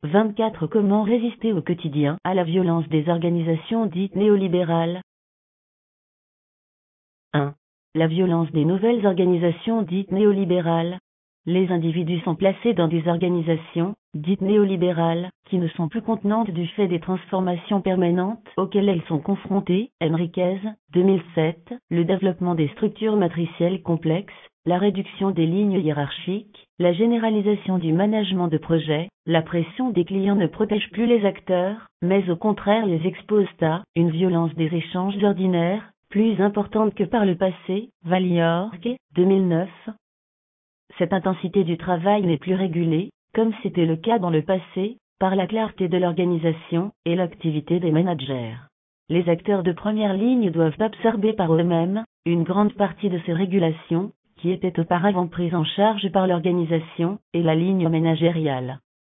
24 Comment résister au quotidien à la violence des organisations dites néolibérales? 1. La violence des nouvelles organisations dites néolibérales. Les individus sont placés dans des organisations, dites néolibérales, qui ne sont plus contenantes du fait des transformations permanentes auxquelles elles sont confrontées. Henriquez, 2007, le développement des structures matricielles complexes, la réduction des lignes hiérarchiques, la généralisation du management de projet, la pression des clients ne protège plus les acteurs, mais au contraire les expose à une violence des échanges ordinaires, plus importante que par le passé. Valiorg, 2009. Cette intensité du travail n'est plus régulée, comme c'était le cas dans le passé, par la clarté de l'organisation et l'activité des managers. Les acteurs de première ligne doivent absorber par eux-mêmes une grande partie de ces régulations, qui étaient auparavant prises en charge par l'organisation et la ligne managériale.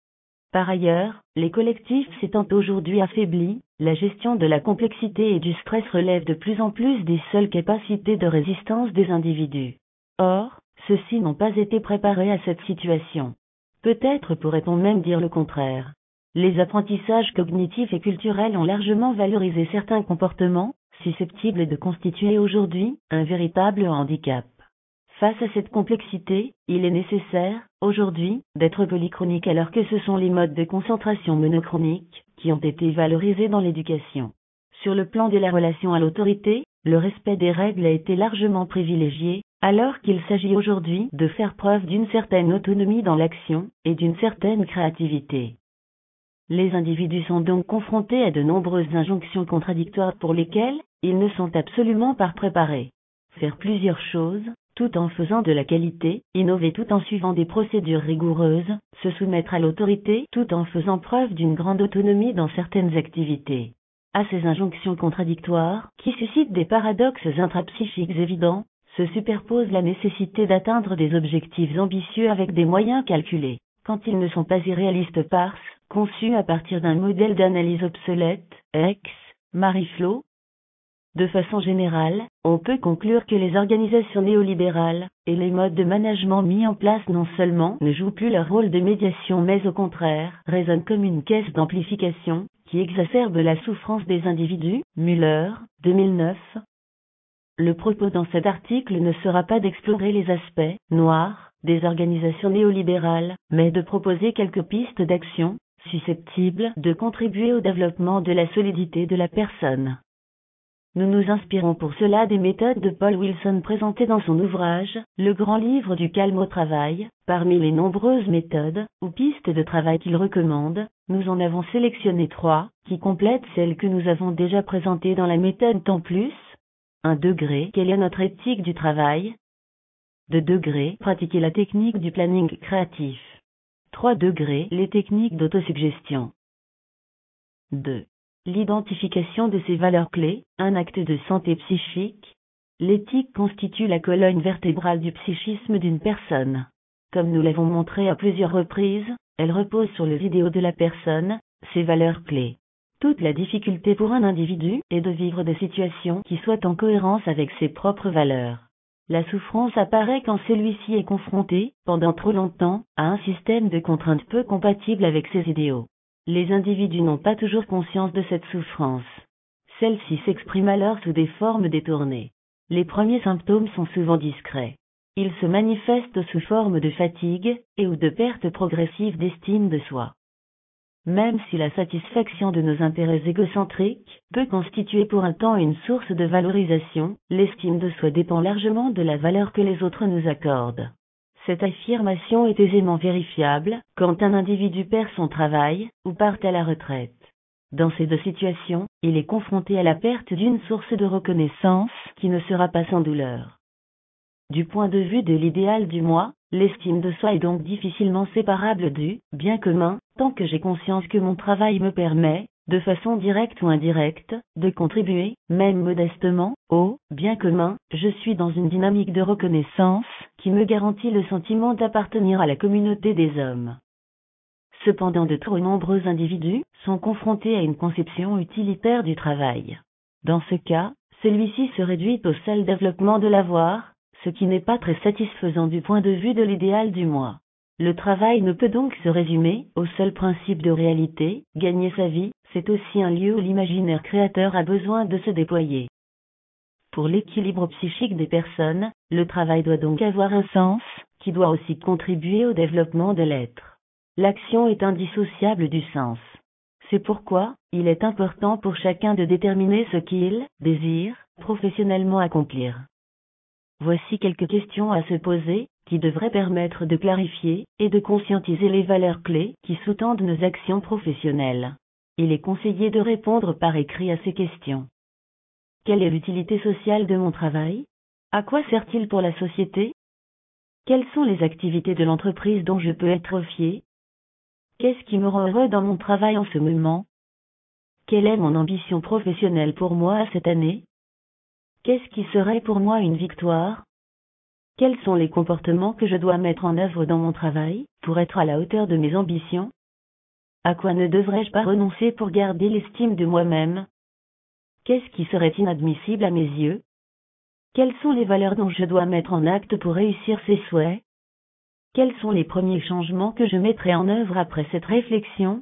Par ailleurs, les collectifs s'étant aujourd'hui affaiblis, la gestion de la complexité et du stress relève de plus en plus des seules capacités de résistance des individus. Or, ceux-ci n'ont pas été préparés à cette situation. Peut-être pourrait-on même dire le contraire. Les apprentissages cognitifs et culturels ont largement valorisé certains comportements, susceptibles de constituer aujourd'hui un véritable handicap. Face à cette complexité, il est nécessaire, aujourd'hui, d'être polychronique alors que ce sont les modes de concentration monochroniques qui ont été valorisés dans l'éducation. Sur le plan de la relation à l'autorité, le respect des règles a été largement privilégié, alors qu'il s'agit aujourd'hui de faire preuve d'une certaine autonomie dans l'action et d'une certaine créativité. Les individus sont donc confrontés à de nombreuses injonctions contradictoires pour lesquelles ils ne sont absolument pas préparés. Faire plusieurs choses, tout en faisant de la qualité, innover tout en suivant des procédures rigoureuses, se soumettre à l'autorité tout en faisant preuve d'une grande autonomie dans certaines activités. À ces injonctions contradictoires, qui suscitent des paradoxes intrapsychiques évidents, se superpose la nécessité d'atteindre des objectifs ambitieux avec des moyens calculés, quand ils ne sont pas irréalistes parce conçus à partir d'un modèle d'analyse obsolète, ex. Marie-Flo. De façon générale, on peut conclure que les organisations néolibérales et les modes de management mis en place non seulement ne jouent plus leur rôle de médiation mais au contraire résonnent comme une caisse d'amplification qui exacerbe la souffrance des individus. Müller, 2009. Le propos dans cet article ne sera pas d'explorer les aspects noirs des organisations néolibérales, mais de proposer quelques pistes d'action susceptibles de contribuer au développement de la solidité de la personne. Nous nous inspirons pour cela des méthodes de Paul Wilson présentées dans son ouvrage, Le Grand Livre du Calme au Travail. Parmi les nombreuses méthodes ou pistes de travail qu'il recommande, nous en avons sélectionné 3, qui complètent celles que nous avons déjà présentées dans la méthode Temps Plus. 1 degré. Quelle est notre éthique du travail? 2 degrés. Pratiquer la technique du planning créatif. 3 degrés. Les techniques d'autosuggestion. 2. L'identification de ces valeurs clés, un acte de santé psychique. L'éthique constitue la colonne vertébrale du psychisme d'une personne. Comme nous l'avons montré à plusieurs reprises, elle repose sur les idéaux de la personne, ses valeurs clés. Toute la difficulté pour un individu est de vivre des situations qui soient en cohérence avec ses propres valeurs. La souffrance apparaît quand celui-ci est confronté, pendant trop longtemps, à un système de contraintes peu compatible avec ses idéaux. Les individus n'ont pas toujours conscience de cette souffrance. Celle-ci s'exprime alors sous des formes détournées. Les premiers symptômes sont souvent discrets. Ils se manifestent sous forme de fatigue et ou de perte progressive d'estime de soi. Même si la satisfaction de nos intérêts égocentriques peut constituer pour un temps une source de valorisation, l'estime de soi dépend largement de la valeur que les autres nous accordent. Cette affirmation est aisément vérifiable quand un individu perd son travail ou part à la retraite. Dans ces deux situations, il est confronté à la perte d'une source de reconnaissance qui ne sera pas sans douleur. Du point de vue de l'idéal du moi, l'estime de soi est donc difficilement séparable du bien commun, tant que j'ai conscience que mon travail me permet, de façon directe ou indirecte, de contribuer, même modestement, au bien commun. Je suis dans une dynamique de reconnaissance qui me garantit le sentiment d'appartenir à la communauté des hommes. Cependant, de trop nombreux individus sont confrontés à une conception utilitaire du travail. Dans ce cas, celui-ci se réduit au seul développement de l'avoir, ce qui n'est pas très satisfaisant du point de vue de l'idéal du moi. Le travail ne peut donc se résumer au seul principe de réalité. Gagner sa vie, c'est aussi un lieu où l'imaginaire créateur a besoin de se déployer. Pour l'équilibre psychique des personnes, le travail doit donc avoir un sens, qui doit aussi contribuer au développement de l'être. L'action est indissociable du sens. C'est pourquoi, il est important pour chacun de déterminer ce qu'il désire professionnellement accomplir. Voici quelques questions à se poser, qui devraient permettre de clarifier et de conscientiser les valeurs clés qui sous-tendent nos actions professionnelles. Il est conseillé de répondre par écrit à ces questions. Quelle est l'utilité sociale de mon travail? À quoi sert-il pour la société? Quelles sont les activités de l'entreprise dont je peux être fier? Qu'est-ce qui me rend heureux dans mon travail en ce moment? Quelle est mon ambition professionnelle pour moi cette année? Qu'est-ce qui serait pour moi une victoire? Quels sont les comportements que je dois mettre en œuvre dans mon travail, pour être à la hauteur de mes ambitions? À quoi ne devrais-je pas renoncer pour garder l'estime de moi-même? Qu'est-ce qui serait inadmissible à mes yeux? Quelles sont les valeurs dont je dois mettre en acte pour réussir ces souhaits? Quels sont les premiers changements que je mettrai en œuvre après cette réflexion?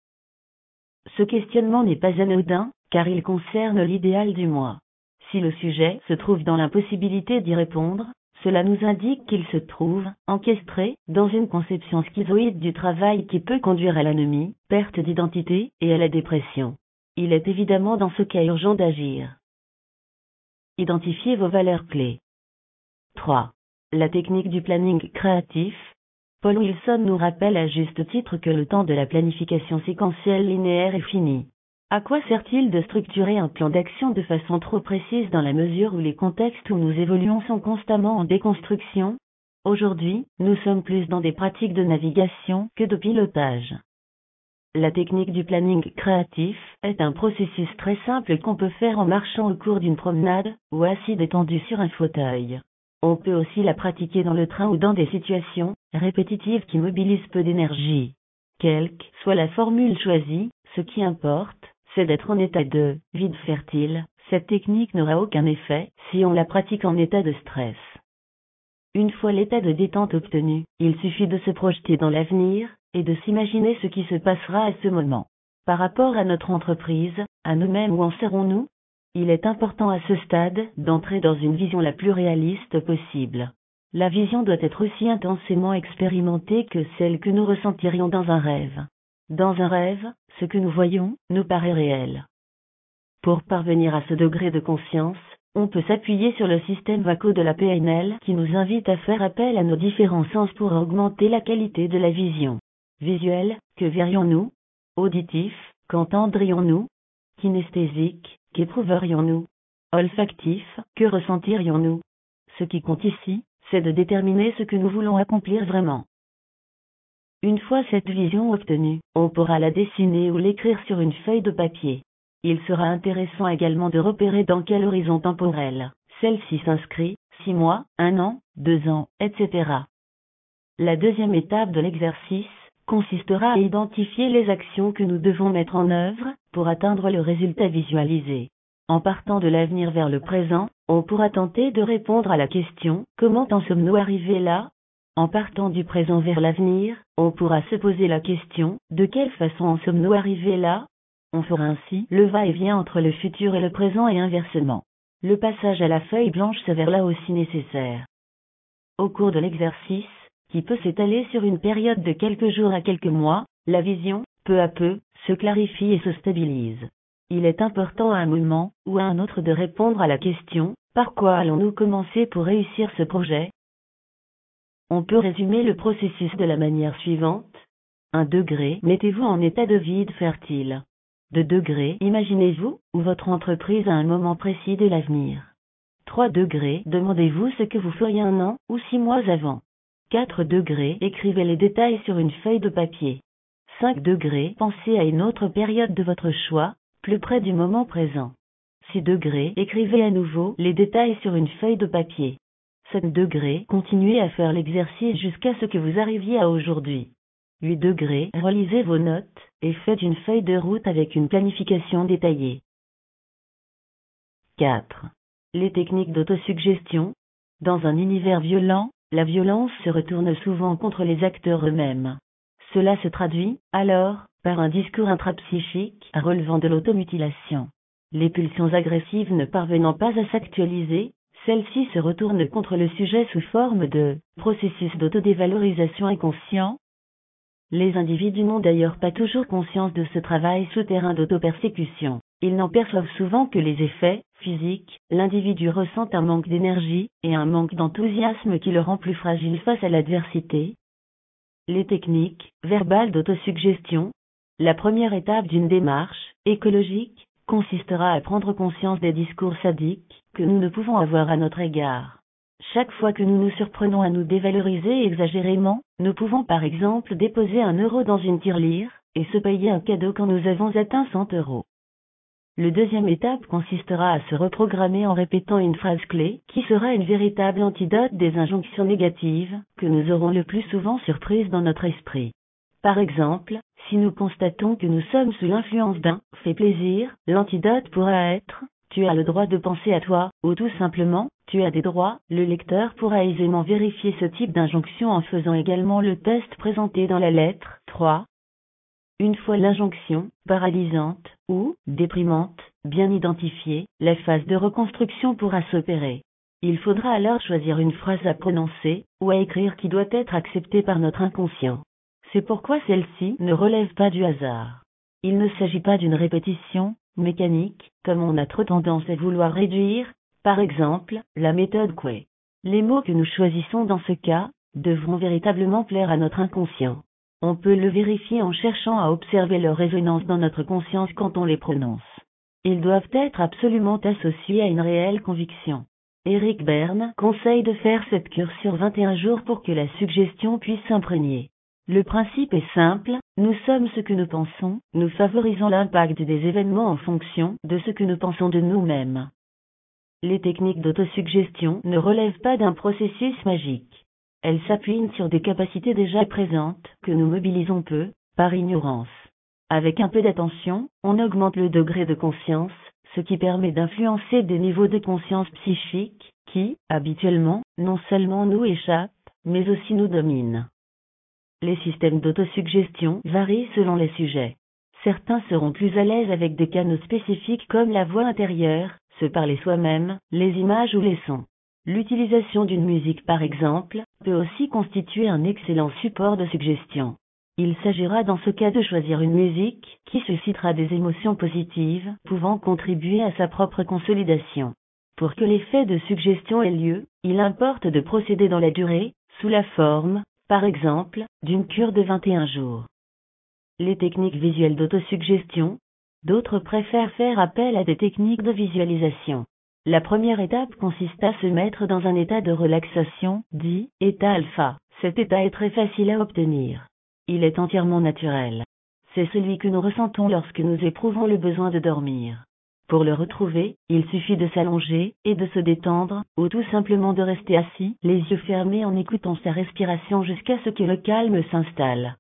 Ce questionnement n'est pas anodin, car il concerne l'idéal du moi. Si le sujet se trouve dans l'impossibilité d'y répondre, cela nous indique qu'il se trouve encastré dans une conception schizoïde du travail qui peut conduire à l'anomie, perte d'identité et à la dépression. Il est évidemment dans ce cas urgent d'agir. Identifiez vos valeurs clés. 3. La technique du planning créatif. Paul Wilson nous rappelle à juste titre que le temps de la planification séquentielle linéaire est fini. À quoi sert-il de structurer un plan d'action de façon trop précise dans la mesure où les contextes où nous évoluons sont constamment en déconstruction? Aujourd'hui, nous sommes plus dans des pratiques de navigation que de pilotage. La technique du planning créatif est un processus très simple qu'on peut faire en marchant au cours d'une promenade, ou assis détendu sur un fauteuil. On peut aussi la pratiquer dans le train ou dans des situations répétitives qui mobilisent peu d'énergie. Quelle que soit la formule choisie, ce qui importe, c'est d'être en état de vide fertile. Cette technique n'aura aucun effet si on la pratique en état de stress. Une fois l'état de détente obtenu, il suffit de se projeter dans l'avenir et de s'imaginer ce qui se passera à ce moment. Par rapport à notre entreprise, à nous-mêmes, où en serons-nous? Il est important à ce stade d'entrer dans une vision la plus réaliste possible. La vision doit être aussi intensément expérimentée que celle que nous ressentirions dans un rêve. Dans un rêve, ce que nous voyons nous paraît réel. Pour parvenir à ce degré de conscience, on peut s'appuyer sur le système VACO de la PNL qui nous invite à faire appel à nos différents sens pour augmenter la qualité de la vision. Visuel, que verrions-nous? Auditif, qu'entendrions-nous? Kinesthésique, qu'éprouverions-nous? Olfactif, que ressentirions-nous? Ce qui compte ici, c'est de déterminer ce que nous voulons accomplir vraiment. Une fois cette vision obtenue, on pourra la dessiner ou l'écrire sur une feuille de papier. Il sera intéressant également de repérer dans quel horizon temporel celle-ci s'inscrit, 6 mois, 1 an, 2 ans, etc. La deuxième étape de l'exercice consistera à identifier les actions que nous devons mettre en œuvre pour atteindre le résultat visualisé. En partant de l'avenir vers le présent, on pourra tenter de répondre à la question « Comment en sommes-nous arrivés là ?» En partant du présent vers l'avenir, on pourra se poser la question « De quelle façon en sommes-nous arrivés là ?» On fera ainsi le va-et-vient entre le futur et le présent et inversement. Le passage à la feuille blanche s'avère là aussi nécessaire. Au cours de l'exercice, qui peut s'étaler sur une période de quelques jours à quelques mois, la vision, peu à peu, se clarifie et se stabilise. Il est important à un moment ou à un autre de répondre à la question « Par quoi allons-nous commencer pour réussir ce projet ?» On peut résumer le processus de la manière suivante. 1 degré, mettez-vous en état de vide fertile. 2 degrés, imaginez-vous ou votre entreprise à un moment précis de l'avenir. 3 degrés, demandez-vous ce que vous feriez 1 an ou 6 mois avant. 4 degrés, écrivez les détails sur une feuille de papier. 5 degrés, pensez à une autre période de votre choix, plus près du moment présent. 6 degrés, écrivez à nouveau les détails sur une feuille de papier. 7 degrés, continuez à faire l'exercice jusqu'à ce que vous arriviez à aujourd'hui. 8 degrés, relisez vos notes et faites une feuille de route avec une planification détaillée. 4. Les techniques d'autosuggestion. Dans un univers violent, La violence se retourne souvent contre les acteurs eux-mêmes. Cela se traduit, alors, par un discours intrapsychique relevant de l'automutilation. Les pulsions agressives ne parvenant pas à s'actualiser, celles-ci se retournent contre le sujet sous forme de processus d'autodévalorisation inconscient. Les individus n'ont d'ailleurs pas toujours conscience de ce travail souterrain d'autopersécution. Ils n'en perçoivent souvent que les effets physiques. L'individu ressent un manque d'énergie et un manque d'enthousiasme qui le rend plus fragile face à l'adversité. Les techniques verbales d'autosuggestion. La première étape d'une démarche écologique consistera à prendre conscience des discours sadiques que nous ne pouvons avoir à notre égard. Chaque fois que nous nous surprenons à nous dévaloriser exagérément, nous pouvons par exemple déposer 1 euro dans une tirelire et se payer un cadeau quand nous avons atteint 100 euros. La deuxième étape consistera à se reprogrammer en répétant une phrase clé qui sera une véritable antidote des injonctions négatives que nous aurons le plus souvent surprises dans notre esprit. Par exemple, si nous constatons que nous sommes sous l'influence d'un « fait plaisir », l'antidote pourra être « tu as le droit de penser à toi » ou tout simplement « tu as des droits ». Le lecteur pourra aisément vérifier ce type d'injonction en faisant également le test présenté dans la lettre 3. Une fois l'injonction, paralysante, ou déprimante, bien identifiée, la phase de reconstruction pourra s'opérer. Il faudra alors choisir une phrase à prononcer, ou à écrire qui doit être acceptée par notre inconscient. C'est pourquoi celle-ci ne relève pas du hasard. Il ne s'agit pas d'une répétition mécanique, comme on a trop tendance à vouloir réduire, par exemple, la méthode Coué. Les mots que nous choisissons dans ce cas devront véritablement plaire à notre inconscient. On peut le vérifier en cherchant à observer leur résonance dans notre conscience quand on les prononce. Ils doivent être absolument associés à une réelle conviction. Eric Berne conseille de faire cette cure sur 21 jours pour que la suggestion puisse s'imprégner. Le principe est simple, nous sommes ce que nous pensons, nous favorisons l'impact des événements en fonction de ce que nous pensons de nous-mêmes. Les techniques d'autosuggestion ne relèvent pas d'un processus magique. Elles s'appuient sur des capacités déjà présentes que nous mobilisons peu, par ignorance. Avec un peu d'attention, on augmente le degré de conscience, ce qui permet d'influencer des niveaux de conscience psychique qui, habituellement, non seulement nous échappent, mais aussi nous dominent. Les systèmes d'autosuggestion varient selon les sujets. Certains seront plus à l'aise avec des canaux spécifiques comme la voix intérieure, se parler soi-même, les images ou les sons. L'utilisation d'une musique par exemple, peut aussi constituer un excellent support de suggestion. Il s'agira dans ce cas de choisir une musique qui suscitera des émotions positives, pouvant contribuer à sa propre consolidation. Pour que l'effet de suggestion ait lieu, il importe de procéder dans la durée, sous la forme, par exemple, d'une cure de 21 jours. Les techniques visuelles d'autosuggestion. D'autres préfèrent faire appel à des techniques de visualisation. La première étape consiste à se mettre dans un état de relaxation, dit état alpha. Cet état est très facile à obtenir. Il est entièrement naturel. C'est celui que nous ressentons lorsque nous éprouvons le besoin de dormir. Pour le retrouver, il suffit de s'allonger et de se détendre, ou tout simplement de rester assis, les yeux fermés en écoutant sa respiration jusqu'à ce que le calme s'installe.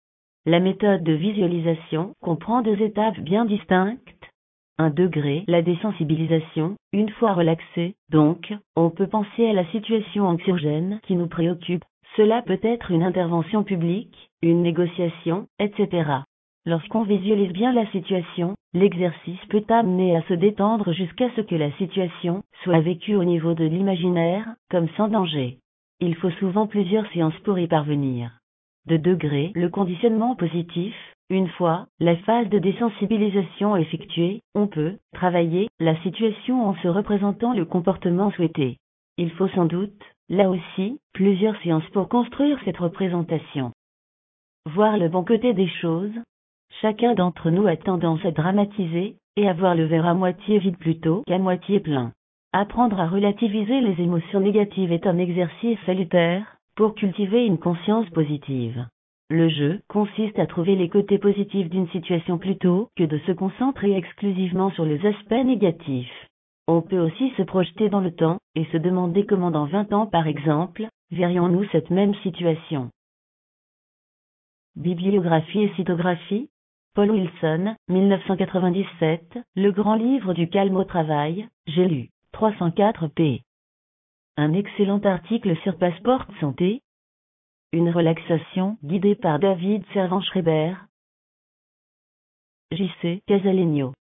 La méthode de visualisation comprend 2 étapes bien distinctes. 1 degré, la désensibilisation. Une fois relaxé, donc, on peut penser à la situation anxiogène qui nous préoccupe. Cela peut être une intervention publique, une négociation, etc. Lorsqu'on visualise bien la situation, l'exercice peut amener à se détendre jusqu'à ce que la situation soit vécue au niveau de l'imaginaire, comme sans danger. Il faut souvent plusieurs séances pour y parvenir. 2 degrés, le conditionnement positif. Une fois la phase de désensibilisation effectuée, on peut travailler la situation en se représentant le comportement souhaité. Il faut sans doute, là aussi, plusieurs séances pour construire cette représentation. Voir le bon côté des choses. Chacun d'entre nous a tendance à dramatiser et à voir le verre à moitié vide plutôt qu'à moitié plein. Apprendre à relativiser les émotions négatives est un exercice salutaire pour cultiver une conscience positive. Le jeu consiste à trouver les côtés positifs d'une situation plutôt que de se concentrer exclusivement sur les aspects négatifs. On peut aussi se projeter dans le temps et se demander comment dans 20 ans par exemple, verrions-nous cette même situation. Bibliographie et cytographie. Paul Wilson, 1997, Le grand livre du calme au travail, j'ai lu, 304 p. Un excellent article sur Passeport Santé. Une relaxation guidée par David Servan-Schreiber. J.C. Casalegno.